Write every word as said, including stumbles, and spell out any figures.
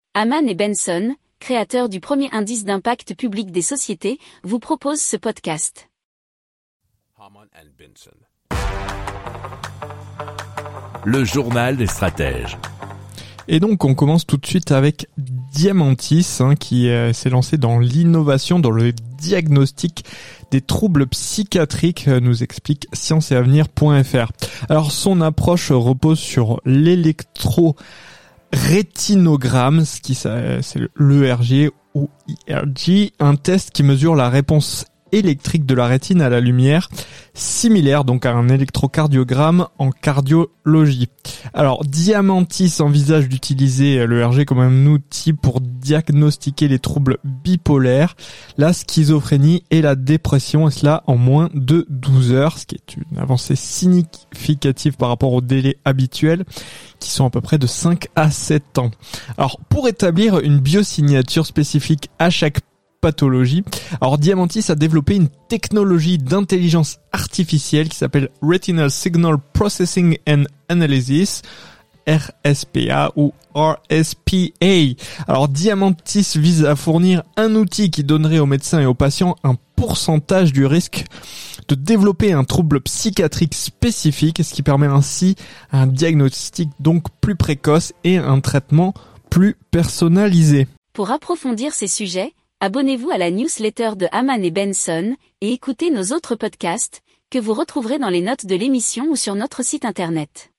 Hamann et Benson, créateurs du premier indice d'impact public des sociétés, vous proposent ce podcast. Hamann and Benson. Le journal des stratèges. Et donc on commence tout de suite avec Diamantis hein, qui euh, s'est lancé dans l'innovation, dans le diagnostic des troubles psychiatriques, euh, nous explique science et avenir point f r. Alors son approche repose sur l'électrorétinogramme, ce qui c'est l'E R G ou I R G, un test qui mesure la réponse électrique de la rétine à la lumière, similaire donc à un électrocardiogramme en cardiologie. Alors Diamantis envisage d'utiliser l'E R G comme un outil pour diagnostiquer les troubles bipolaires, la schizophrénie et la dépression, et cela en moins de douze heures, ce qui est une avancée significative par rapport aux délais habituels qui sont à peu près de cinq à sept ans. Alors pour établir une biosignature spécifique à chaque pathologie, alors Diamantis a développé une technologie d'intelligence artificielle qui s'appelle Retinal Signal Processing and Analysis, R S P A ou R S P A. Alors Diamantis vise à fournir un outil qui donnerait aux médecins et aux patients un pourcentage du risque de développer un trouble psychiatrique spécifique, ce qui permet ainsi un diagnostic donc plus précoce et un traitement plus personnalisé. Pour approfondir ces sujets, abonnez-vous à la newsletter de Hamann et Benson et écoutez nos autres podcasts que vous retrouverez dans les notes de l'émission ou sur notre site internet.